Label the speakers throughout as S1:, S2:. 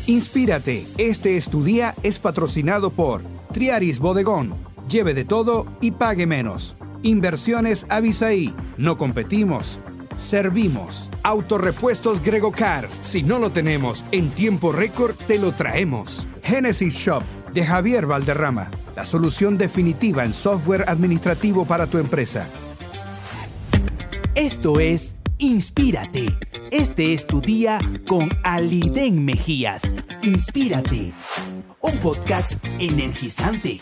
S1: Inspírate, este es tu día es patrocinado por Triaris Bodegón. Lleve de todo y pague menos. Inversiones Avisaí. No competimos, servimos. Autorepuestos Grego Cars. Si no lo tenemos en tiempo récord, te lo traemos. Genesis Shop de Javier Valderrama. La solución definitiva en software administrativo para tu empresa.
S2: Esto es Inspírate. Este es tu día con Aliden Mejías. Inspírate. Un podcast energizante.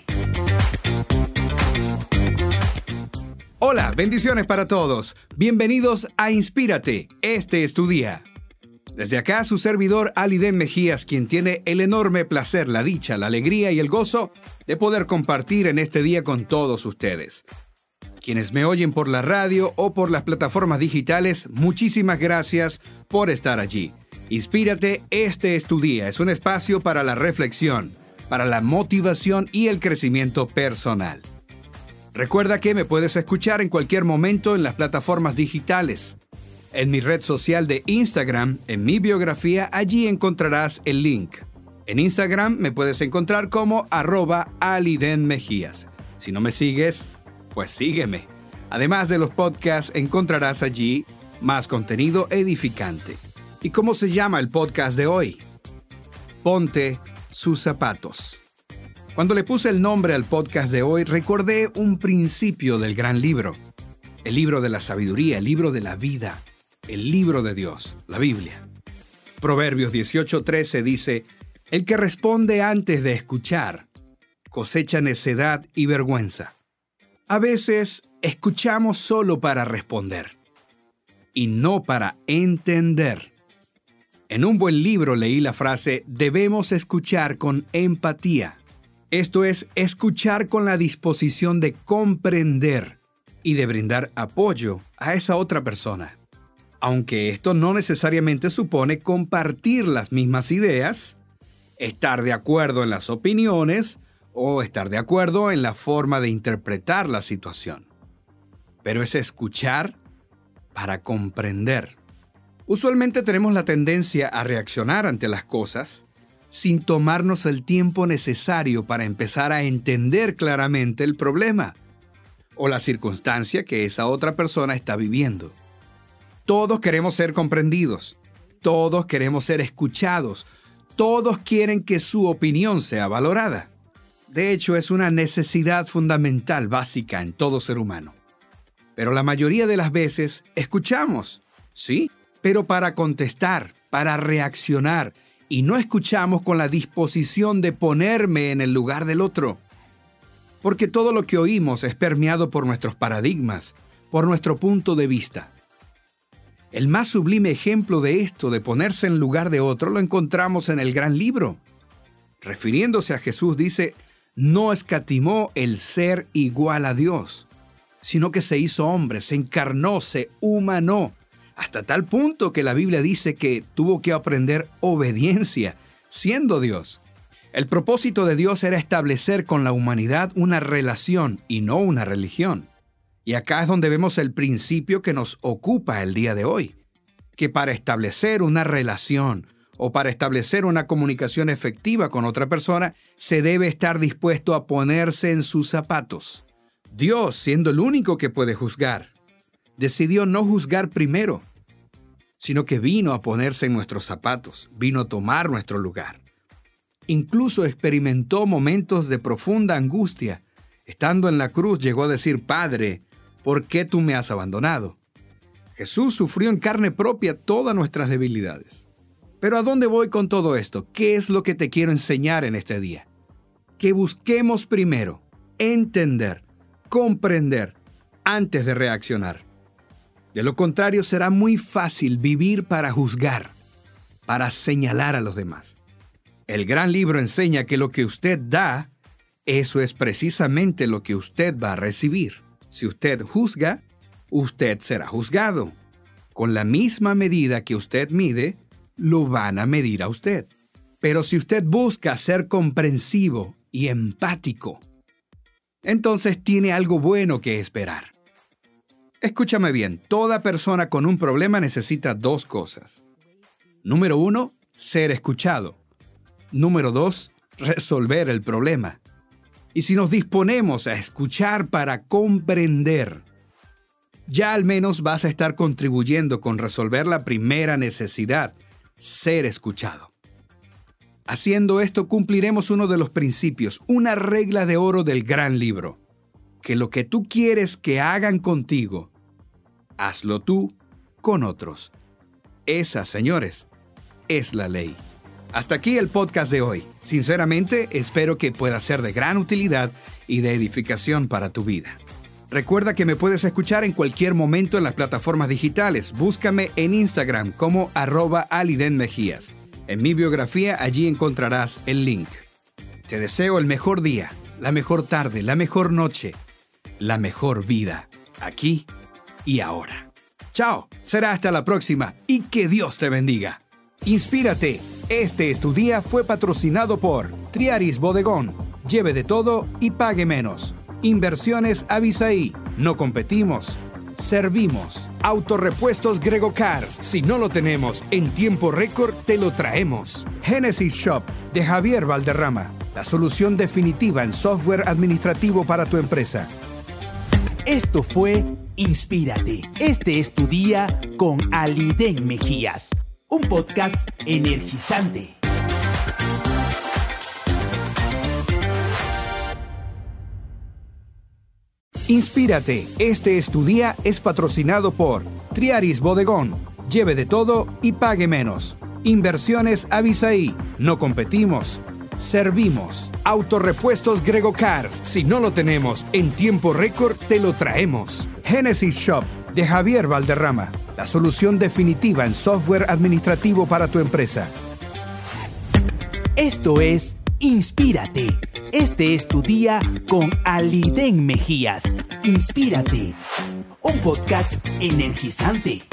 S1: Hola, bendiciones para todos. Bienvenidos a Inspírate. Este es tu día. Desde acá, su servidor Aliden Mejías, quien tiene el enorme placer, la dicha, la alegría y el gozo de poder compartir en este día con todos ustedes. Quienes me oyen por la radio o por las plataformas digitales, muchísimas gracias por estar allí. Inspírate, este es tu día. Es un espacio para la reflexión, para la motivación y el crecimiento personal. Recuerda que me puedes escuchar en cualquier momento en las plataformas digitales. En mi red social de Instagram, en mi biografía, allí encontrarás el link. En Instagram me puedes encontrar como @alidenmejías. Si no me sigues, pues sígueme. Además de los podcasts, encontrarás allí más contenido edificante. ¿Y cómo se llama el podcast de hoy? Ponte sus zapatos. Cuando le puse el nombre al podcast de hoy, recordé un principio del gran libro. El libro de la sabiduría, el libro de la vida, el libro de Dios, la Biblia. Proverbios 18:13 dice: el que responde antes de escuchar, cosecha necedad y vergüenza. A veces escuchamos solo para responder y no para entender. En un buen libro leí la frase: debemos escuchar con empatía. Esto es, escuchar con la disposición de comprender y de brindar apoyo a esa otra persona. Aunque esto no necesariamente supone compartir las mismas ideas, estar de acuerdo en las opiniones o estar de acuerdo en la forma de interpretar la situación. Pero es escuchar para comprender. Usualmente tenemos la tendencia a reaccionar ante las cosas sin tomarnos el tiempo necesario para empezar a entender claramente el problema o la circunstancia que esa otra persona está viviendo. Todos queremos ser comprendidos, todos queremos ser escuchados, todos quieren que su opinión sea valorada. De hecho, es una necesidad fundamental, básica en todo ser humano. Pero la mayoría de las veces escuchamos, sí, pero para contestar, para reaccionar, y no escuchamos con la disposición de ponerme en el lugar del otro. Porque todo lo que oímos es permeado por nuestros paradigmas, por nuestro punto de vista. El más sublime ejemplo de esto, de ponerse en lugar de otro, lo encontramos en el gran libro. Refiriéndose a Jesús, dice: no escatimó el ser igual a Dios, sino que se hizo hombre, se encarnó, se humanó, hasta tal punto que la Biblia dice que tuvo que aprender obediencia, siendo Dios. El propósito de Dios era establecer con la humanidad una relación y no una religión. Y acá es donde vemos el principio que nos ocupa el día de hoy, que para establecer una relación o para establecer una comunicación efectiva con otra persona, se debe estar dispuesto a ponerse en sus zapatos. Dios, siendo el único que puede juzgar, decidió no juzgar primero, sino que vino a ponerse en nuestros zapatos, vino a tomar nuestro lugar. Incluso experimentó momentos de profunda angustia. Estando en la cruz, llegó a decir: Padre, ¿por qué tú me has abandonado? Jesús sufrió en carne propia todas nuestras debilidades. Pero ¿a dónde voy con todo esto? ¿Qué es lo que te quiero enseñar en este día? Que busquemos primero entender, comprender, antes de reaccionar. De lo contrario, será muy fácil vivir para juzgar, para señalar a los demás. El gran libro enseña que lo que usted da, eso es precisamente lo que usted va a recibir. Si usted juzga, usted será juzgado. Con la misma medida que usted mide, lo van a medir a usted. Pero si usted busca ser comprensivo y empático, entonces tiene algo bueno que esperar. Escúchame bien, toda persona con un problema necesita dos cosas. Número 1, ser escuchado. Número 2, resolver el problema. Y si nos disponemos a escuchar para comprender, ya al menos vas a estar contribuyendo con resolver la primera necesidad, ser escuchado. Haciendo esto cumpliremos uno de los principios, una regla de oro del gran libro, que lo que tú quieres que hagan contigo, hazlo tú con otros. Esa, señores, es la ley. Hasta aquí el podcast de hoy. Sinceramente, espero que pueda ser de gran utilidad y de edificación para tu vida. Recuerda que me puedes escuchar en cualquier momento en las plataformas digitales. Búscame en Instagram como @alidenmejías. En mi biografía allí encontrarás el link. Te deseo el mejor día, la mejor tarde, la mejor noche, la mejor vida, aquí y ahora. Chao, será hasta la próxima y que Dios te bendiga. Inspírate. Este es tu día fue patrocinado por Triaris Bodegón. Lleve de todo y pague menos. Inversiones Avisaí. No competimos, servimos. Autorepuestos Grego Cars. Si no lo tenemos en tiempo récord, te lo traemos. Genesis Shop de Javier Valderrama. La solución definitiva en software administrativo para tu empresa.
S2: Esto fue Inspírate. Este es tu día con Aliden Mejías. Un podcast energizante.
S1: Inspírate. Este es tu día es patrocinado por Triaris Bodegón. Lleve de todo y pague menos. Inversiones Avisaí. No competimos, servimos. Autorepuestos Grego Cars. Si no lo tenemos en tiempo récord, te lo traemos. Genesis Shop de Javier Valderrama. La solución definitiva en software administrativo para tu empresa.
S2: Esto es Inspírate. Este es tu día con Aliden Mejías. Inspírate. Un podcast energizante.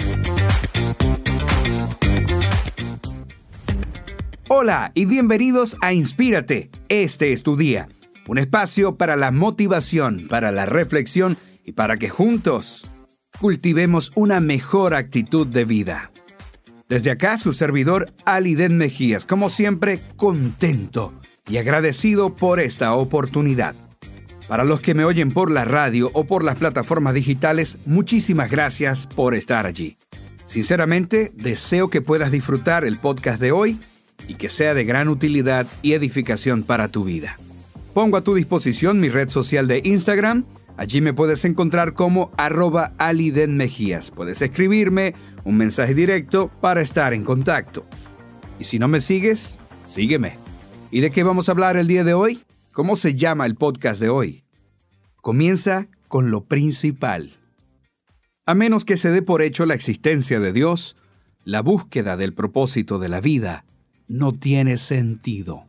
S1: Hola y bienvenidos a Inspírate. Este es tu día. Un espacio para la motivación, para la reflexión y para que juntos cultivemos una mejor actitud de vida. Desde acá, su servidor Aliden Mejías, como siempre, contento y agradecido por esta oportunidad. Para los que me oyen por la radio o por las plataformas digitales, muchísimas gracias por estar allí. Sinceramente, deseo que puedas disfrutar el podcast de hoy y que sea de gran utilidad y edificación para tu vida. Pongo a tu disposición mi red social de Instagram. Allí me puedes encontrar como @alidenmejías. Puedes escribirme un mensaje directo para estar en contacto. Y si no me sigues, sígueme. ¿Y de qué vamos a hablar el día de hoy? ¿Cómo se llama el podcast de hoy? Comienza con lo principal. A menos que se dé por hecho la existencia de Dios, la búsqueda del propósito de la vida no tiene sentido.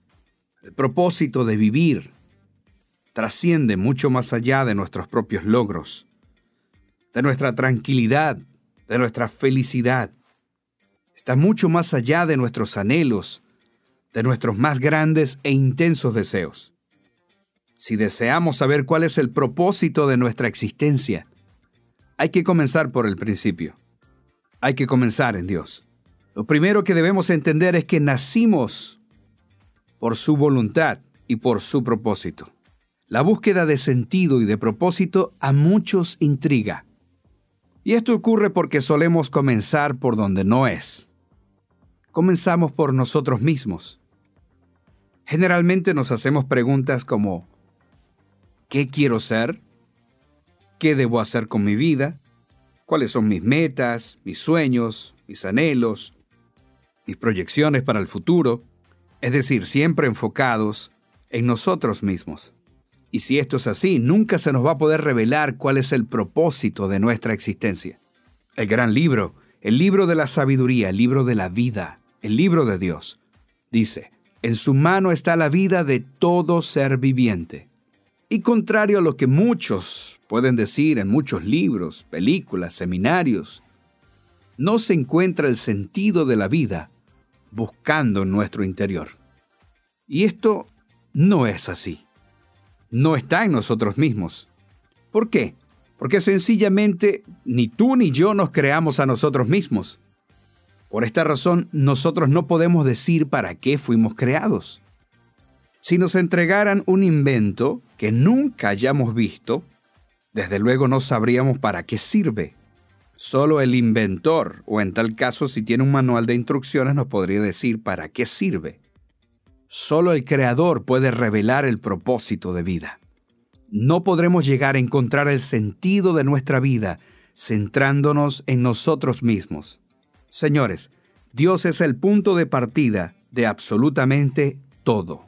S1: El propósito de vivir trasciende mucho más allá de nuestros propios logros, de nuestra tranquilidad, de nuestra felicidad. Está mucho más allá de nuestros anhelos, de nuestros más grandes e intensos deseos. Si deseamos saber cuál es el propósito de nuestra existencia, hay que comenzar por el principio. Hay que comenzar en Dios. Lo primero que debemos entender es que nacimos por su voluntad y por su propósito. La búsqueda de sentido y de propósito a muchos intriga. Y esto ocurre porque solemos comenzar por donde no es. Comenzamos por nosotros mismos. Generalmente nos hacemos preguntas como: ¿qué quiero ser? ¿Qué debo hacer con mi vida? ¿Cuáles son mis metas, mis sueños, mis anhelos, mis proyecciones para el futuro? Es decir, siempre enfocados en nosotros mismos. Y si esto es así, nunca se nos va a poder revelar cuál es el propósito de nuestra existencia. El gran libro, el libro de la sabiduría, el libro de la vida, el libro de Dios, dice: en su mano está la vida de todo ser viviente. Y contrario a lo que muchos pueden decir en muchos libros, películas, seminarios, no se encuentra el sentido de la vida buscando en nuestro interior. Y esto no es así. No está en nosotros mismos. ¿Por qué? Porque sencillamente ni tú ni yo nos creamos a nosotros mismos. Por esta razón, nosotros no podemos decir para qué fuimos creados. Si nos entregaran un invento que nunca hayamos visto, desde luego no sabríamos para qué sirve. Solo el inventor, o en tal caso si tiene un manual de instrucciones, nos podría decir para qué sirve. Solo el Creador puede revelar el propósito de vida. No podremos llegar a encontrar el sentido de nuestra vida centrándonos en nosotros mismos. Señores, Dios es el punto de partida de absolutamente todo.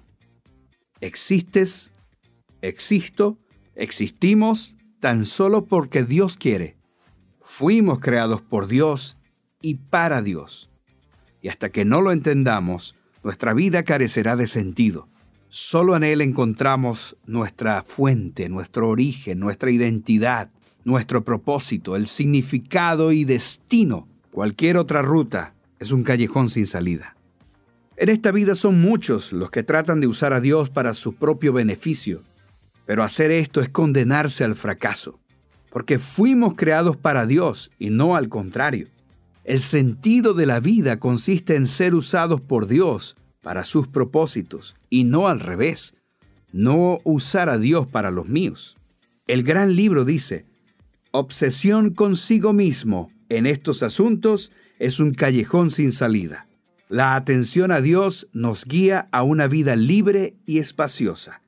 S1: Existes, existo, existimos tan solo porque Dios quiere. Fuimos creados por Dios y para Dios. Y hasta que no lo entendamos, nuestra vida carecerá de sentido. Solo en Él encontramos nuestra fuente, nuestro origen, nuestra identidad, nuestro propósito, el significado y destino. Cualquier otra ruta es un callejón sin salida. En esta vida son muchos los que tratan de usar a Dios para su propio beneficio, pero hacer esto es condenarse al fracaso, porque fuimos creados para Dios y no al contrario. El sentido de la vida consiste en ser usados por Dios para sus propósitos y no al revés, no usar a Dios para los míos. El gran libro dice: obsesión consigo mismo en estos asuntos es un callejón sin salida. La atención a Dios nos guía a una vida libre y espaciosa.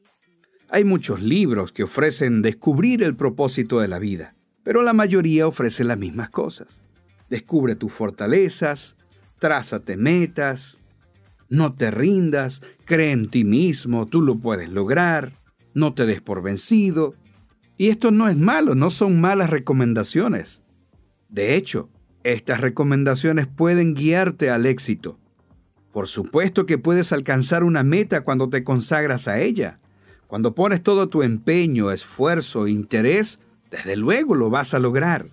S1: Hay muchos libros que ofrecen descubrir el propósito de la vida, pero la mayoría ofrece las mismas cosas. Descubre tus fortalezas, trázate metas, no te rindas, cree en ti mismo, tú lo puedes lograr, no te des por vencido. Y esto no es malo, no son malas recomendaciones. De hecho, estas recomendaciones pueden guiarte al éxito. Por supuesto que puedes alcanzar una meta cuando te consagras a ella. Cuando pones todo tu empeño, esfuerzo e interés, desde luego lo vas a lograr.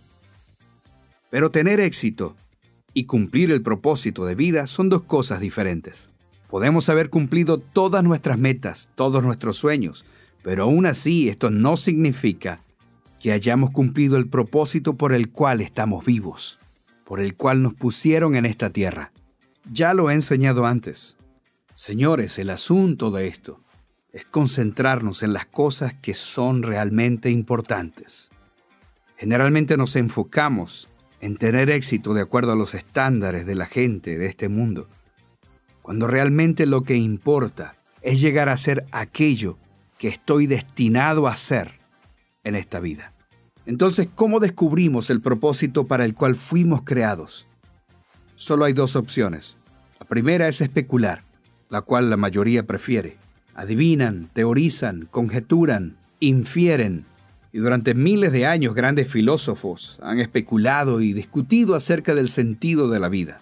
S1: Pero tener éxito y cumplir el propósito de vida son dos cosas diferentes. Podemos haber cumplido todas nuestras metas, todos nuestros sueños, pero aún así esto no significa que hayamos cumplido el propósito por el cual estamos vivos, por el cual nos pusieron en esta tierra. Ya lo he enseñado antes. Señores, el asunto de esto es concentrarnos en las cosas que son realmente importantes. Generalmente nos enfocamos en tener éxito de acuerdo a los estándares de la gente de este mundo, cuando realmente lo que importa es llegar a ser aquello que estoy destinado a ser en esta vida. Entonces, ¿cómo descubrimos el propósito para el cual fuimos creados? Solo hay dos opciones. La primera es especular, la cual la mayoría prefiere. Adivinan, teorizan, conjeturan, infieren. Y durante miles de años grandes filósofos han especulado y discutido acerca del sentido de la vida.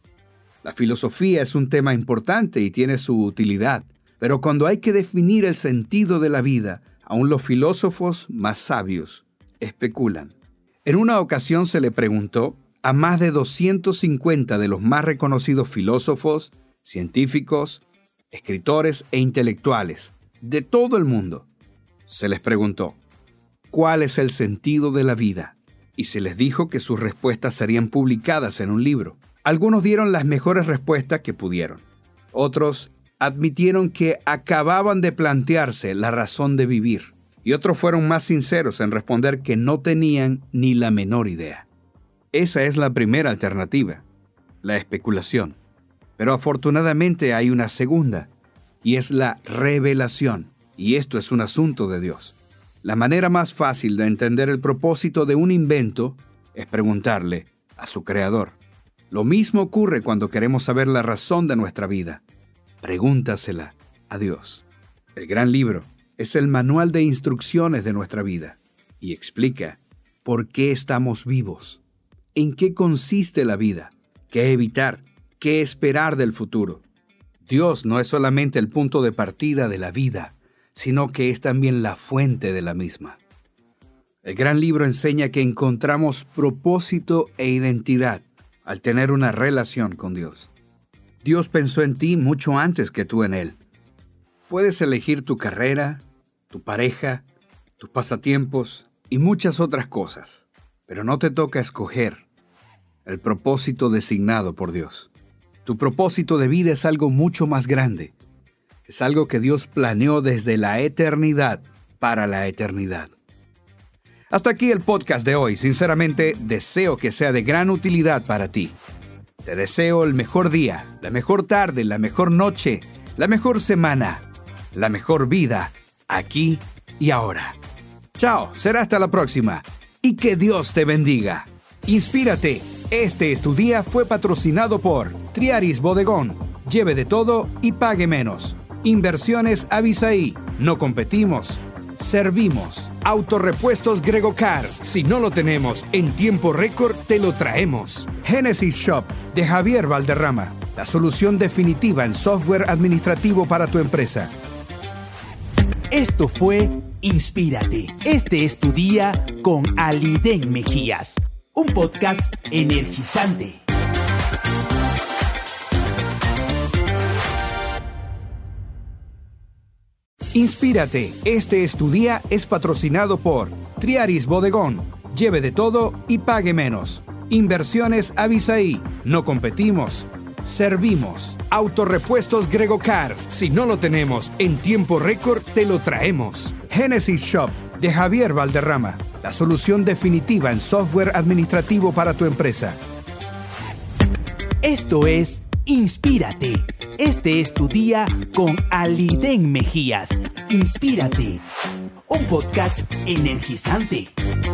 S1: La filosofía es un tema importante y tiene su utilidad, pero cuando hay que definir el sentido de la vida, aún los filósofos más sabios especulan. En una ocasión se le preguntó a más de 250 de los más reconocidos filósofos, científicos, escritores e intelectuales de todo el mundo. Se les preguntó: ¿cuál es el sentido de la vida? Y se les dijo que sus respuestas serían publicadas en un libro. Algunos dieron las mejores respuestas que pudieron. Otros admitieron que acababan de plantearse la razón de vivir. Y otros fueron más sinceros en responder que no tenían ni la menor idea. Esa es la primera alternativa, la especulación. Pero afortunadamente hay una segunda, y es la revelación. Y esto es un asunto de Dios. La manera más fácil de entender el propósito de un invento es preguntarle a su creador. Lo mismo ocurre cuando queremos saber la razón de nuestra vida. Pregúntasela a Dios. El gran libro es el manual de instrucciones de nuestra vida y explica por qué estamos vivos, en qué consiste la vida, qué evitar, qué esperar del futuro. Dios no es solamente el punto de partida de la vida, sino que es también la fuente de la misma. El gran libro enseña que encontramos propósito e identidad al tener una relación con Dios. Dios pensó en ti mucho antes que tú en Él. Puedes elegir tu carrera, tu pareja, tus pasatiempos y muchas otras cosas, pero no te toca escoger el propósito designado por Dios. Tu propósito de vida es algo mucho más grande. Es algo que Dios planeó desde la eternidad para la eternidad. Hasta aquí el podcast de hoy. Sinceramente, deseo que sea de gran utilidad para ti. Te deseo el mejor día, la mejor tarde, la mejor noche, la mejor semana, la mejor vida, aquí y ahora. Chao, será hasta la próxima. Y que Dios te bendiga. Inspírate. Este es tu día fue patrocinado por Triaris Bodegón. Lleve de todo y pague menos. Inversiones Avisaí. No competimos, servimos. Autorepuestos Grego Cars. Si no lo tenemos en tiempo récord, te lo traemos. Genesis Shop de Javier Valderrama. La solución definitiva en software administrativo para tu empresa.
S2: Esto fue Inspírate. Este es tu día con Aliden Mejías. Un podcast energizante.
S1: Inspírate. Este es tu día es patrocinado por Triaris Bodegón. Lleve de todo y pague menos. Inversiones Avisaí. No competimos, servimos. Autorepuestos Grego Cars. Si no lo tenemos en tiempo récord, te lo traemos. Genesis Shop de Javier Valderrama. La solución definitiva en software administrativo para tu empresa.
S2: Esto es Inspírate. Este es tu día con Aliden Mejías. Inspírate. Un podcast energizante.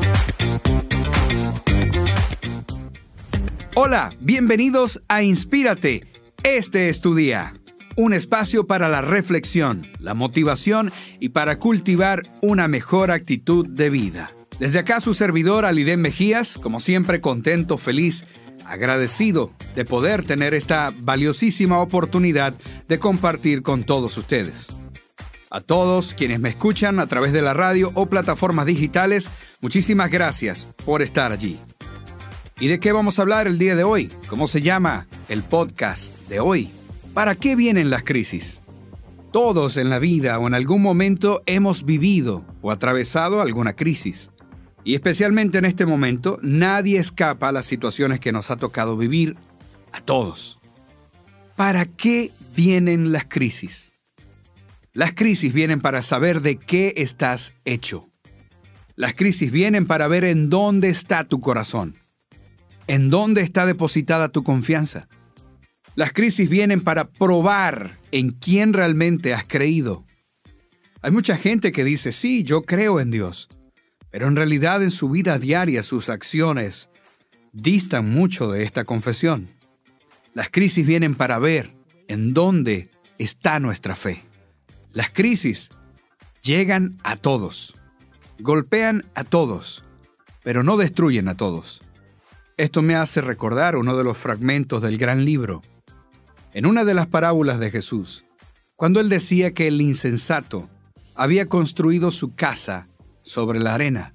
S1: Hola, bienvenidos a Inspírate. Este es tu día. Un espacio para la reflexión, la motivación y para cultivar una mejor actitud de vida. Desde acá su servidor Aliden Mejías, como siempre contento, feliz, agradecido de poder tener esta valiosísima oportunidad de compartir con todos ustedes. A todos quienes me escuchan a través de la radio o plataformas digitales, muchísimas gracias por estar allí. ¿Y de qué vamos a hablar el día de hoy? ¿Cómo se llama el podcast de hoy? ¿Para qué vienen las crisis? Todos en la vida o en algún momento hemos vivido o atravesado alguna crisis. Y especialmente en este momento, nadie escapa a las situaciones que nos ha tocado vivir a todos. ¿Para qué vienen las crisis? Las crisis vienen para saber de qué estás hecho. Las crisis vienen para ver en dónde está tu corazón. ¿En dónde está depositada tu confianza? Las crisis vienen para probar en quién realmente has creído. Hay mucha gente que dice, sí, yo creo en Dios, pero en realidad en su vida diaria sus acciones distan mucho de esta confesión. Las crisis vienen para ver en dónde está nuestra fe. Las crisis llegan a todos, golpean a todos, pero no destruyen a todos. Esto me hace recordar uno de los fragmentos del gran libro. En una de las parábolas de Jesús, cuando él decía que el insensato había construido su casa sobre la arena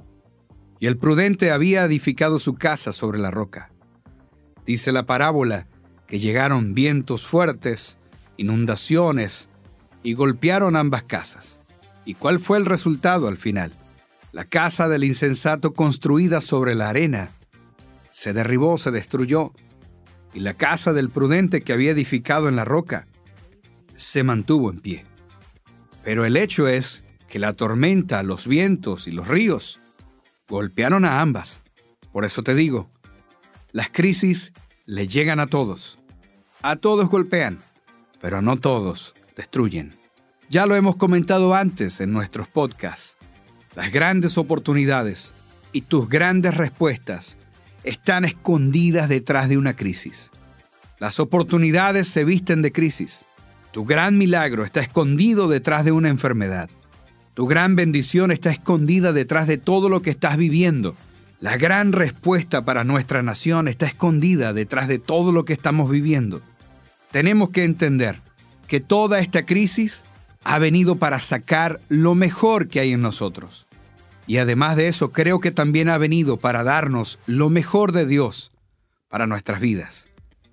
S1: y el prudente había edificado su casa sobre la roca. Dice la parábola que llegaron vientos fuertes, inundaciones y golpearon ambas casas. ¿Y cuál fue el resultado al final? La casa del insensato construida sobre la arena se derribó, se destruyó, y la casa del prudente que había edificado en la roca se mantuvo en pie. Pero el hecho es que la tormenta, los vientos y los ríos golpearon a ambas. Por eso te digo, las crisis le llegan a todos. A todos golpean, pero no todos destruyen. Ya lo hemos comentado antes en nuestros podcasts. Las grandes oportunidades y tus grandes respuestas están escondidas detrás de una crisis. Las oportunidades se visten de crisis. Tu gran milagro está escondido detrás de una enfermedad. Tu gran bendición está escondida detrás de todo lo que estás viviendo. La gran respuesta para nuestra nación está escondida detrás de todo lo que estamos viviendo. Tenemos que entender que toda esta crisis ha venido para sacar lo mejor que hay en nosotros. Y además de eso, creo que también ha venido para darnos lo mejor de Dios para nuestras vidas.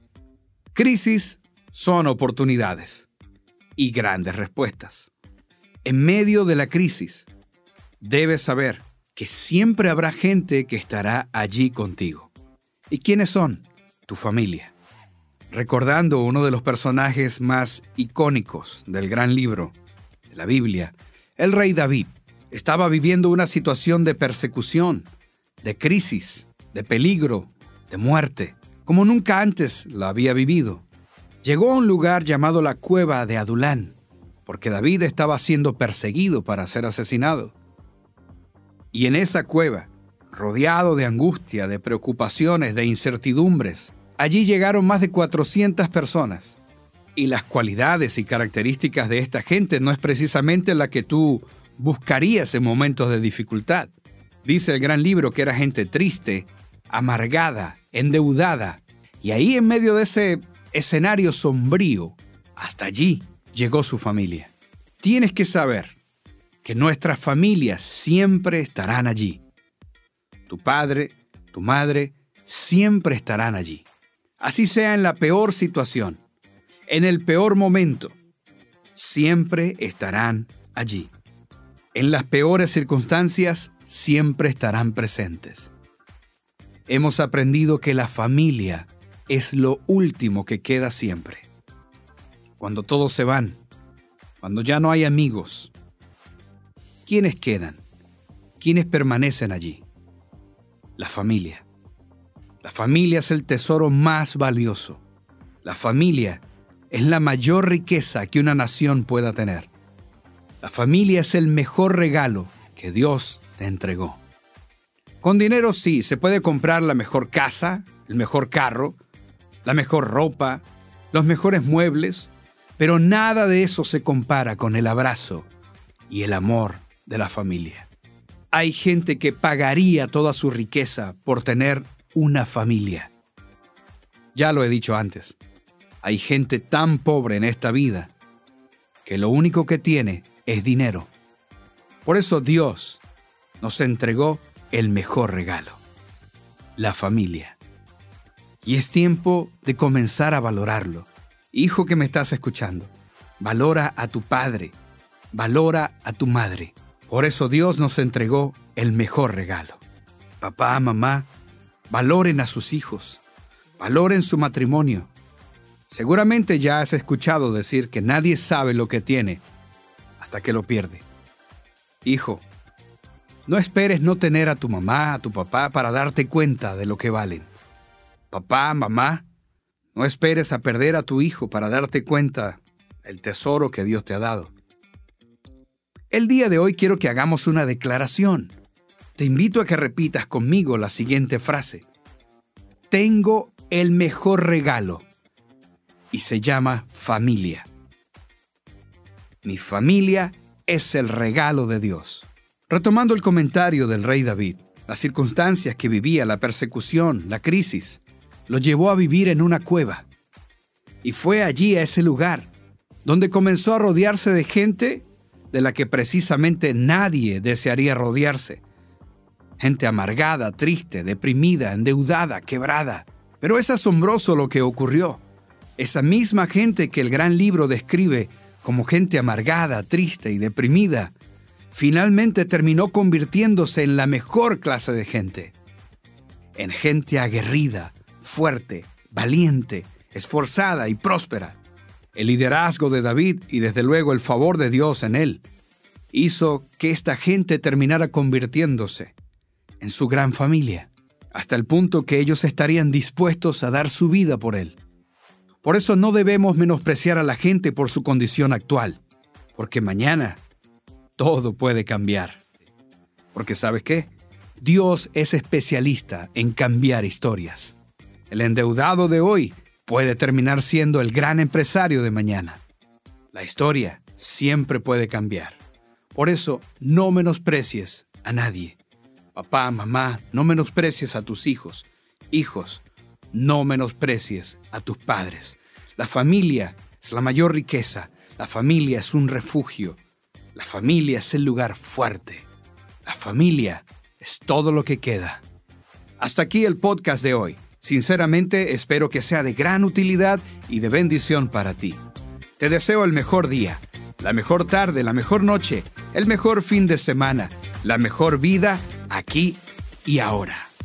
S1: Crisis son oportunidades y grandes respuestas. En medio de la crisis, debes saber que siempre habrá gente que estará allí contigo. ¿Y quiénes son? Tu familia. Recordando uno de los personajes más icónicos del gran libro de la Biblia, el rey David estaba viviendo una situación de persecución, de crisis, de peligro, de muerte, como nunca antes la había vivido. Llegó a un lugar llamado la cueva de Adulán, porque David estaba siendo perseguido para ser asesinado. Y en esa cueva, rodeado de angustia, de preocupaciones, de incertidumbres, allí llegaron más de 400 personas. Y las cualidades y características de esta gente no es precisamente la que tú buscarías en momentos de dificultad. Dice el gran libro que era gente triste, amargada, endeudada. Y ahí en medio de ese escenario sombrío, hasta allí llegó su familia. Tienes que saber que nuestras familias siempre estarán allí. Tu padre, tu madre, siempre estarán allí. Así sea en la peor situación, en el peor momento, siempre estarán allí. En las peores circunstancias, siempre estarán presentes. Hemos aprendido que la familia es lo último que queda siempre. Cuando todos se van, cuando ya no hay amigos, ¿quiénes quedan? ¿Quiénes permanecen allí? La familia. La familia es el tesoro más valioso. La familia es la mayor riqueza que una nación pueda tener. La familia es el mejor regalo que Dios te entregó. Con dinero sí, se puede comprar la mejor casa, el mejor carro, la mejor ropa, los mejores muebles, pero nada de eso se compara con el abrazo y el amor de la familia. Hay gente que pagaría toda su riqueza por tener una familia. Ya lo he dicho antes, hay gente tan pobre en esta vida que lo único que tiene es dinero. Por eso Dios nos entregó el mejor regalo, la familia. Y es tiempo de comenzar a valorarlo. Hijo que me estás escuchando, valora a tu padre, valora a tu madre. Por eso Dios nos entregó el mejor regalo. Papá, mamá, valoren a sus hijos, valoren su matrimonio. Seguramente ya has escuchado decir que nadie sabe lo que tiene hasta que lo pierde. Hijo, no esperes no tener a tu mamá, a tu papá para darte cuenta de lo que valen. Papá, mamá, no esperes a perder a tu hijo para darte cuenta del tesoro que Dios te ha dado. El día de hoy quiero que hagamos una declaración. Te invito a que repitas conmigo la siguiente frase. Tengo el mejor regalo y se llama familia. Mi familia es el regalo de Dios. Retomando el comentario del rey David, las circunstancias que vivía, la persecución, la crisis, lo llevó a vivir en una cueva. Y fue allí a ese lugar donde comenzó a rodearse de gente de la que precisamente nadie desearía rodearse. Gente amargada, triste, deprimida, endeudada, quebrada. Pero es asombroso lo que ocurrió. Esa misma gente que el gran libro describe como gente amargada, triste y deprimida, finalmente terminó convirtiéndose en la mejor clase de gente. En gente aguerrida, fuerte, valiente, esforzada y próspera. El liderazgo de David y desde luego el favor de Dios en él hizo que esta gente terminara convirtiéndose en su gran familia, hasta el punto que ellos estarían dispuestos a dar su vida por él. Por eso no debemos menospreciar a la gente por su condición actual, porque mañana todo puede cambiar. Porque ¿sabes qué? Dios es especialista en cambiar historias. El endeudado de hoy puede terminar siendo el gran empresario de mañana. La historia siempre puede cambiar. Por eso, no menosprecies a nadie. Papá, mamá, no menosprecies a tus hijos. Hijos, no menosprecies a tus padres. La familia es la mayor riqueza. La familia es un refugio. La familia es el lugar fuerte. La familia es todo lo que queda. Hasta aquí el podcast de hoy. Sinceramente, espero que sea de gran utilidad y de bendición para ti. Te deseo el mejor día, la mejor tarde, la mejor noche, el mejor fin de semana, la mejor vida aquí y ahora.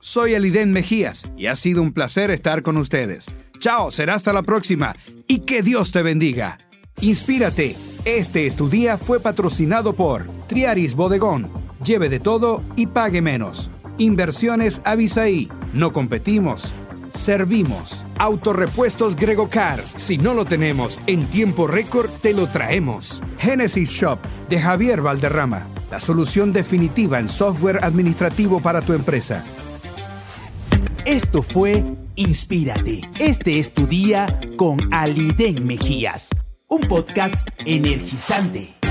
S1: Soy Aliden Mejías y ha sido un placer estar con ustedes. Chao, será hasta la próxima y que Dios te bendiga. Inspírate. Este es tu día fue patrocinado por Triaris Bodegón. Lleve de todo y pague menos. Inversiones Avisaí. No competimos, servimos. Autorepuestos Grego Cars. Si no lo tenemos en tiempo récord, te lo traemos. Genesis Shop de Javier Valderrama. La solución definitiva en software administrativo para tu empresa.
S2: Esto fue Inspírate. Este es tu día con Aliden Mejías. Un podcast energizante.